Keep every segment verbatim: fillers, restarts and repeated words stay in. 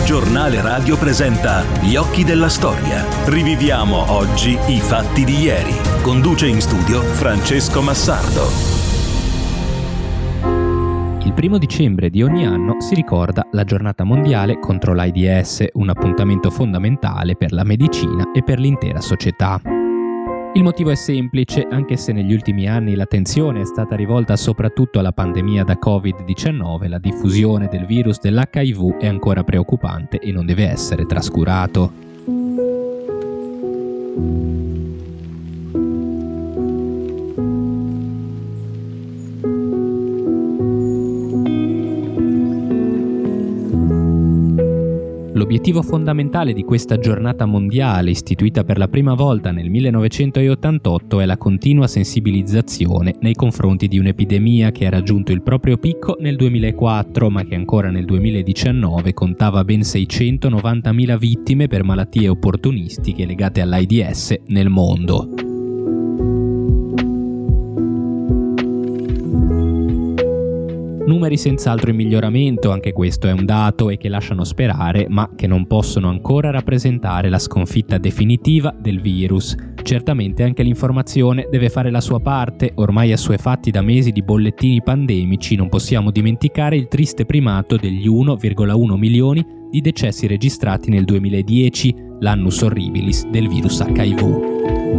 Giornale Radio presenta Gli occhi della storia. Riviviamo oggi i fatti di ieri. Conduce in studio Francesco Massardo. Il primo dicembre di ogni anno si ricorda la giornata mondiale contro l'AIDS, un appuntamento fondamentale per la medicina e per l'intera società. Il motivo è semplice, anche se negli ultimi anni l'attenzione è stata rivolta soprattutto alla pandemia da covid diciannove, la diffusione del virus dell'H I V è ancora preoccupante e non deve essere trascurato. L'obiettivo fondamentale di questa giornata mondiale, istituita per la prima volta nel millenovecentottantotto, è la continua sensibilizzazione nei confronti di un'epidemia che ha raggiunto il proprio picco nel duemilaquattro, ma che ancora nel duemiladiciannove contava ben seicentonovantamila vittime per malattie opportunistiche legate all'AIDS nel mondo. Numeri senz'altro in miglioramento, anche questo è un dato, e che lasciano sperare, ma che non possono ancora rappresentare la sconfitta definitiva del virus. Certamente anche l'informazione deve fare la sua parte, ormai assuefatti da mesi di bollettini pandemici non possiamo dimenticare il triste primato degli uno virgola uno milioni di decessi registrati nel duemiladieci, l'annus horribilis del virus H I V.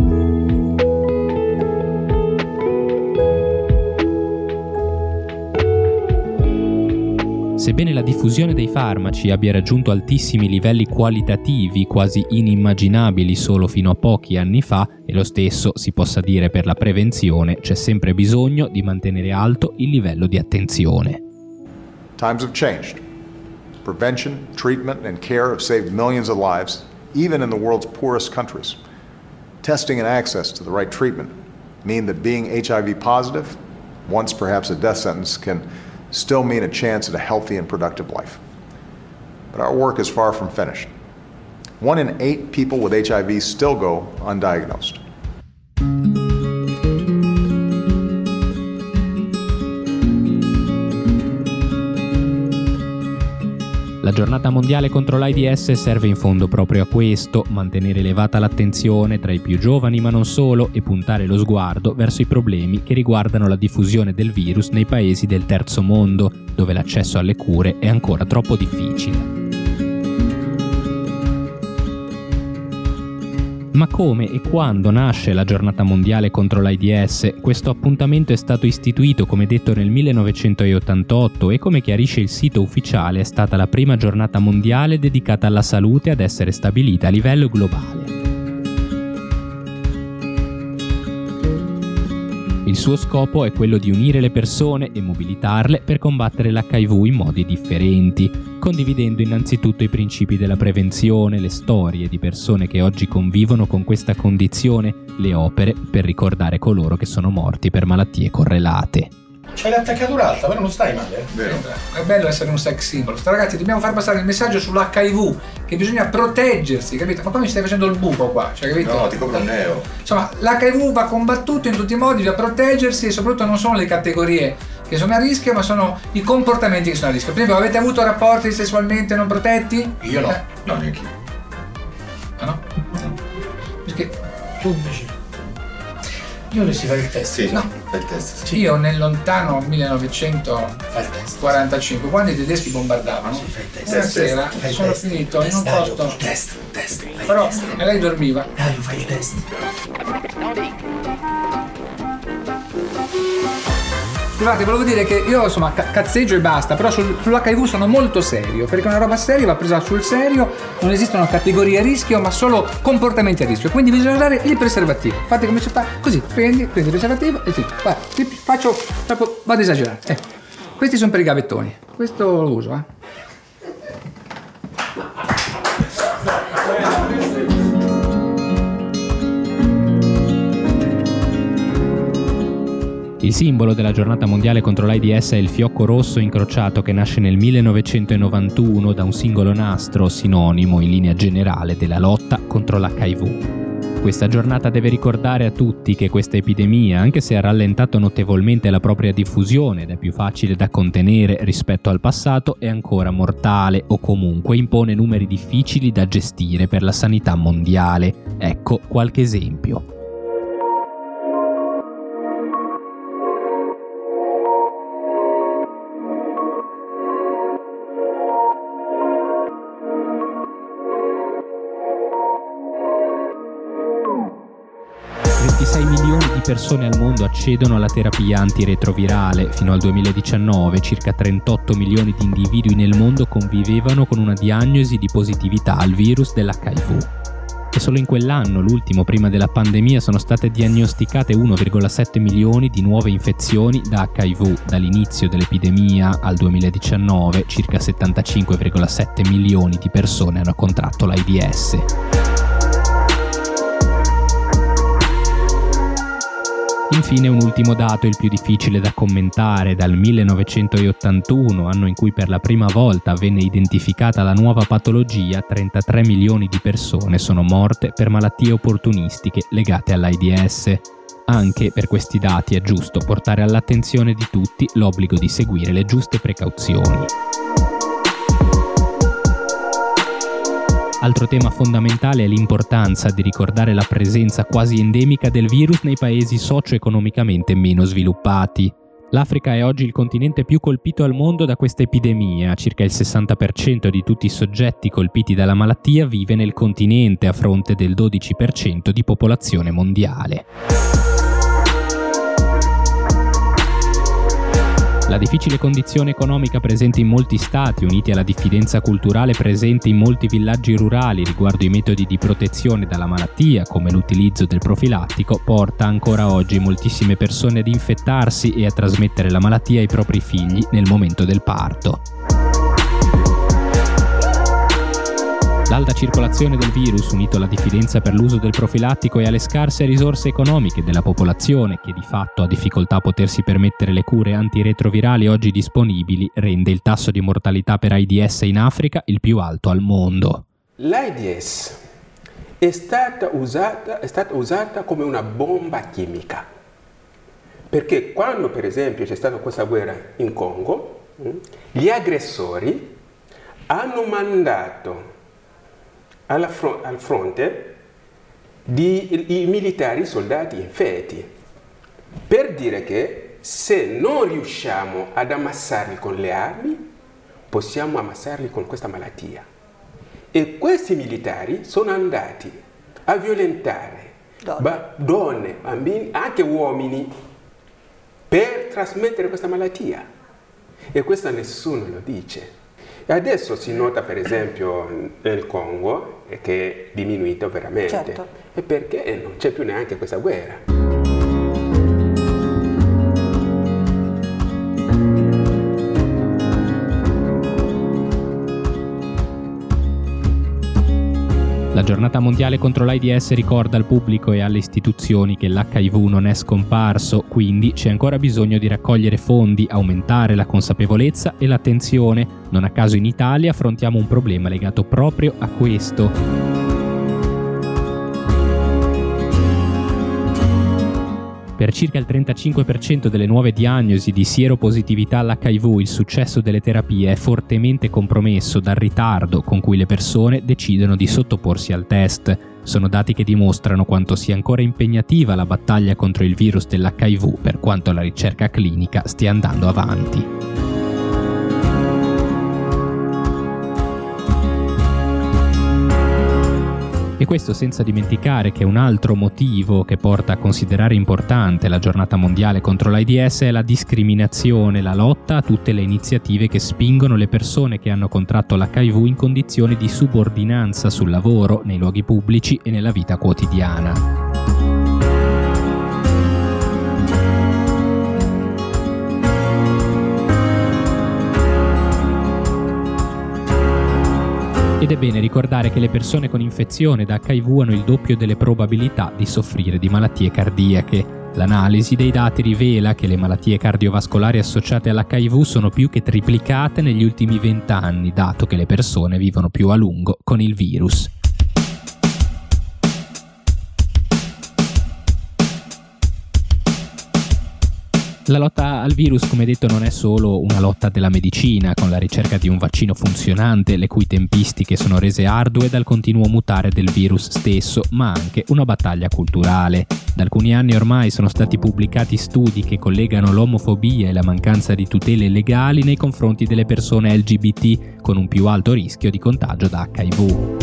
Sebbene la diffusione dei farmaci abbia raggiunto altissimi livelli qualitativi quasi inimmaginabili solo fino a pochi anni fa, e lo stesso si possa dire per la prevenzione, c'è sempre bisogno di mantenere alto il livello di attenzione. Times have changed. Prevention, treatment and care have saved millions of lives, even in the world's poorest countries. Testing and access to the right treatment mean that being H I V positive, once perhaps a death sentence, can still mean a chance at a healthy and productive life. But our work is far from finished. One in eight people with H I V still go undiagnosed. La giornata mondiale contro l'AIDS serve in fondo proprio a questo, mantenere elevata l'attenzione tra i più giovani ma non solo e puntare lo sguardo verso i problemi che riguardano la diffusione del virus nei paesi del terzo mondo, dove l'accesso alle cure è ancora troppo difficile. Ma come e quando nasce la giornata mondiale contro l'AIDS? Questo appuntamento è stato istituito, come detto, nel millenovecentottantotto e, come chiarisce il sito ufficiale, è stata la prima giornata mondiale dedicata alla salute ad essere stabilita a livello globale. Il suo scopo è quello di unire le persone e mobilitarle per combattere l'H I V in modi differenti, condividendo innanzitutto i principi della prevenzione, le storie di persone che oggi convivono con questa condizione, le opere per ricordare coloro che sono morti per malattie correlate. C'hai l'attaccatura alta, però non stai male. Vero. È bello essere un sex symbol. Ragazzi, dobbiamo far passare il messaggio sull'H I V, che bisogna proteggersi, capito? Ma poi mi stai facendo il buco qua, cioè, capito? No, ti copro un neo. Insomma, l'H I V va combattuto in tutti i modi, bisogna proteggersi, e soprattutto non sono le categorie che sono a rischio, ma sono i comportamenti che sono a rischio. Per esempio, avete avuto rapporti sessualmente non protetti? Io no. Eh? No, neanche io. Ah no? No. Perché pubblici. Io dovresti fare il test. Sì, no. fai il test. Sì. Io nel lontano millenovecentoquarantacinque, quando i tedeschi bombardavano, Sì, fai il test. una sera Fai il sono test. finito in un Test, posto. Test, test, fai il Però test. e lei dormiva. Dario, fai il test. Scusate, volevo dire che io insomma ca- cazzeggio e basta, però sul, sull'H I V sono molto serio, perché una roba seria va presa sul serio, non esistono categorie a rischio, ma solo comportamenti a rischio. Quindi bisogna usare il preservativo. Fate come si fa, così, prendi, prendi il preservativo e ti, guarda, ti faccio, proprio, vado a esagerare. Ecco, questi sono per i gavettoni, questo lo uso, eh. Il simbolo della giornata mondiale contro l'AIDS è il fiocco rosso incrociato che nasce nel millenovecentonovantuno da un singolo nastro, sinonimo in linea generale della lotta contro l'H I V. Questa giornata deve ricordare a tutti che questa epidemia, anche se ha rallentato notevolmente la propria diffusione ed è più facile da contenere rispetto al passato, è ancora mortale o comunque impone numeri difficili da gestire per la sanità mondiale. Ecco qualche esempio. ventisei milioni di persone al mondo accedono alla terapia antiretrovirale. Fino al duemiladiciannove circa trentotto milioni di individui nel mondo convivevano con una diagnosi di positività al virus dell'H I V. E solo in quell'anno, l'ultimo prima della pandemia, sono state diagnosticate uno virgola sette milioni di nuove infezioni da H I V. Dall'inizio dell'epidemia al duemiladiciannove circa settantacinque virgola sette milioni di persone hanno contratto l'AIDS. Infine un ultimo dato, il più difficile da commentare. Dal millenovecentottantuno, anno in cui per la prima volta venne identificata la nuova patologia, trentatré milioni di persone sono morte per malattie opportunistiche legate all'AIDS. Anche per questi dati è giusto portare all'attenzione di tutti l'obbligo di seguire le giuste precauzioni. Altro tema fondamentale è l'importanza di ricordare la presenza quasi endemica del virus nei paesi socio-economicamente meno sviluppati. L'Africa è oggi il continente più colpito al mondo da questa epidemia. Circa il sessanta per cento di tutti i soggetti colpiti dalla malattia vive nel continente, a fronte del dodici per cento di popolazione mondiale. La difficile condizione economica presente in molti stati, uniti alla diffidenza culturale presente in molti villaggi rurali riguardo i metodi di protezione dalla malattia, come l'utilizzo del profilattico, porta ancora oggi moltissime persone ad infettarsi e a trasmettere la malattia ai propri figli nel momento del parto. L'alta circolazione del virus, unito alla diffidenza per l'uso del profilattico e alle scarse risorse economiche della popolazione, che di fatto ha difficoltà a potersi permettere le cure antiretrovirali oggi disponibili, rende il tasso di mortalità per AIDS in Africa il più alto al mondo. L'AIDS è stata usata, è stata usata come una bomba chimica, perché quando per esempio c'è stata questa guerra in Congo, gli aggressori hanno mandato Alla fron- al fronte di, i militari, i soldati infetti, per dire che se non riusciamo ad ammassarli con le armi, possiamo ammassarli con questa malattia. E questi militari sono andati a violentare donne, ba- donne bambini, anche uomini, per trasmettere questa malattia. E questo nessuno lo dice. E adesso si nota per esempio nel Congo che è diminuito veramente, certo. E perché non c'è più neanche questa guerra. La giornata mondiale contro l'AIDS ricorda al pubblico e alle istituzioni che l'H I V non è scomparso, quindi c'è ancora bisogno di raccogliere fondi, aumentare la consapevolezza e l'attenzione. Non a caso in Italia affrontiamo un problema legato proprio a questo. Per circa il trentacinque per cento delle nuove diagnosi di sieropositività all'H I V il successo delle terapie è fortemente compromesso dal ritardo con cui le persone decidono di sottoporsi al test. Sono dati che dimostrano quanto sia ancora impegnativa la battaglia contro il virus dell'H I V per quanto la ricerca clinica stia andando avanti. E questo senza dimenticare che un altro motivo che porta a considerare importante la giornata mondiale contro l'AIDS è la discriminazione, la lotta a tutte le iniziative che spingono le persone che hanno contratto l'H I V in condizioni di subordinanza sul lavoro, nei luoghi pubblici e nella vita quotidiana. Ed è bene ricordare che le persone con infezione da H I V hanno il doppio delle probabilità di soffrire di malattie cardiache. L'analisi dei dati rivela che le malattie cardiovascolari associate all'H I V sono più che triplicate negli ultimi vent'anni, dato che le persone vivono più a lungo con il virus. La lotta al virus, come detto, non è solo una lotta della medicina, con la ricerca di un vaccino funzionante, le cui tempistiche sono rese ardue dal continuo mutare del virus stesso, ma anche una battaglia culturale. Da alcuni anni ormai sono stati pubblicati studi che collegano l'omofobia e la mancanza di tutele legali nei confronti delle persone L G B T con un più alto rischio di contagio da H I V.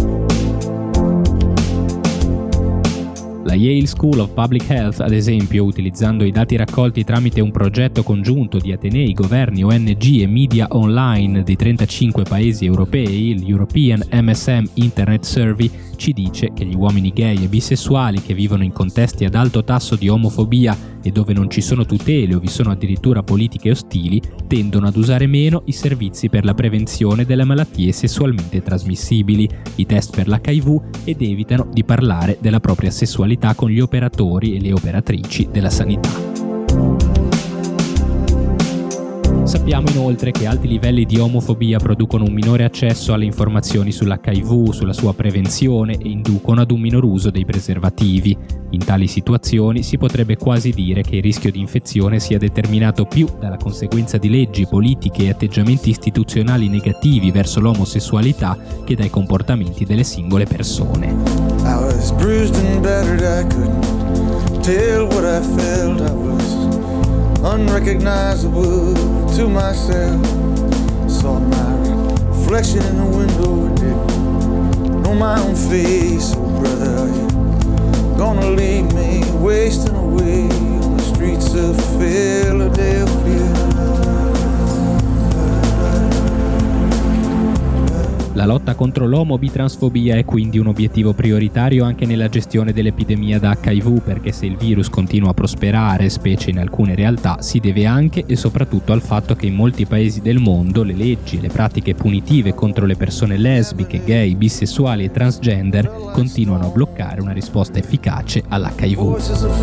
La Yale School of Public Health, ad esempio, utilizzando i dati raccolti tramite un progetto congiunto di atenei, governi, O N G e media online di trentacinque paesi europei, l'European M S M Internet Survey, ci dice che gli uomini gay e bisessuali che vivono in contesti ad alto tasso di omofobia e dove non ci sono tutele o vi sono addirittura politiche ostili, tendono ad usare meno i servizi per la prevenzione delle malattie sessualmente trasmissibili, i test per l'H I V ed evitano di parlare della propria sessualità con gli operatori e le operatrici della sanità. Sappiamo inoltre che alti livelli di omofobia producono un minore accesso alle informazioni sull'H I V, sulla sua prevenzione e inducono ad un minor uso dei preservativi. In tali situazioni si potrebbe quasi dire che il rischio di infezione sia determinato più dalla conseguenza di leggi, politiche e atteggiamenti istituzionali negativi verso l'omosessualità che dai comportamenti delle singole persone. I was bruised and battered, I couldn't tell what I felt, I was unrecognizable to myself. Saw my reflection in the window, didn't know my own face. Oh brother, are you gonna leave me wasting away on the streets of Philadelphia? La lotta contro l'omobitransfobia è quindi un obiettivo prioritario anche nella gestione dell'epidemia da H I V, perché se il virus continua a prosperare, specie in alcune realtà, si deve anche e soprattutto al fatto che in molti paesi del mondo le leggi e le pratiche punitive contro le persone lesbiche, gay, bisessuali e transgender continuano a bloccare una risposta efficace all'H I V.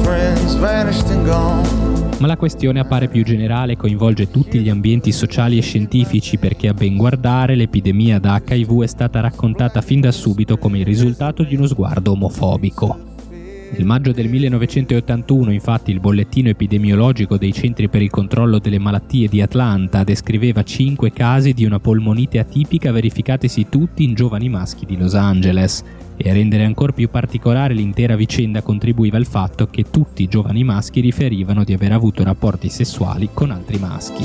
Ma la questione appare più generale e coinvolge tutti gli ambienti sociali e scientifici, perché a ben guardare l'epidemia da H I V è stata raccontata fin da subito come il risultato di uno sguardo omofobico. Nel maggio del millenovecentottantuno, infatti, il bollettino epidemiologico dei Centri per il controllo delle malattie di Atlanta descriveva cinque casi di una polmonite atipica verificatisi tutti in giovani maschi di Los Angeles. E a rendere ancora più particolare l'intera vicenda contribuiva il fatto che tutti i giovani maschi riferivano di aver avuto rapporti sessuali con altri maschi.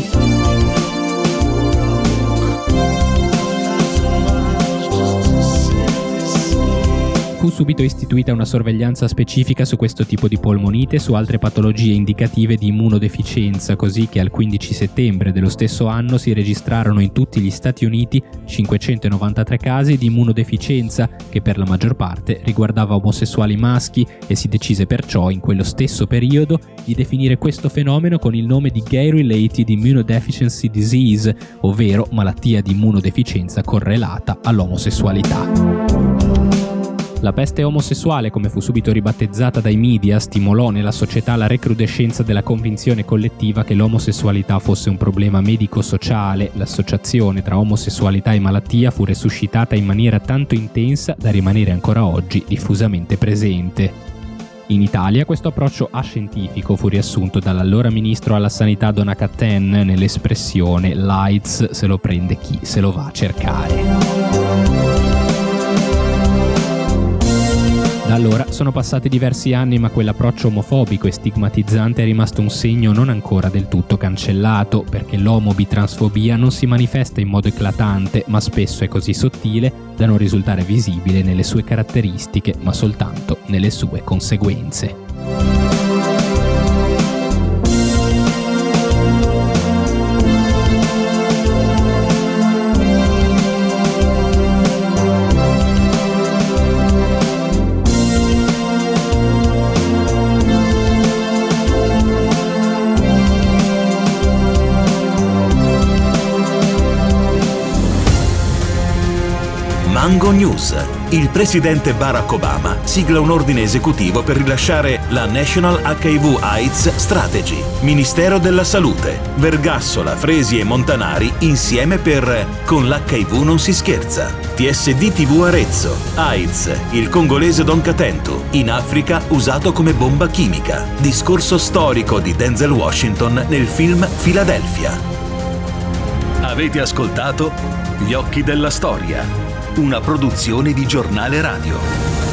Fu subito istituita una sorveglianza specifica su questo tipo di polmonite e su altre patologie indicative di immunodeficienza, così che al quindici settembre dello stesso anno si registrarono in tutti gli Stati Uniti cinquecentonovantatré casi di immunodeficienza, che per la maggior parte riguardava omosessuali maschi, e si decise perciò in quello stesso periodo di definire questo fenomeno con il nome di Gay-Related Immunodeficiency Disease, ovvero malattia di immunodeficienza correlata all'omosessualità. La peste omosessuale, come fu subito ribattezzata dai media, stimolò nella società la recrudescenza della convinzione collettiva che l'omosessualità fosse un problema medico-sociale. L'associazione tra omosessualità e malattia fu resuscitata in maniera tanto intensa da rimanere ancora oggi diffusamente presente. In Italia questo approccio ascientifico fu riassunto dall'allora ministro alla sanità Donna Catten nell'espressione "l'AIDS se lo prende chi se lo va a cercare". Da allora sono passati diversi anni, ma quell'approccio omofobico e stigmatizzante è rimasto un segno non ancora del tutto cancellato, perché l'omobitransfobia non si manifesta in modo eclatante, ma spesso è così sottile da non risultare visibile nelle sue caratteristiche, ma soltanto nelle sue conseguenze. Mango News, Il presidente Barack Obama sigla un ordine esecutivo per rilasciare la National H I V AIDS Strategy. Ministero della Salute, Vergassola, Fresi e Montanari insieme per Con l'H I V non si scherza. T S D T V Arezzo, AIDS, il congolese Don Catentu, in Africa usato come bomba chimica. Discorso storico di Denzel Washington nel film Philadelphia. Avete ascoltato Gli occhi della storia, una produzione di Giornale Radio.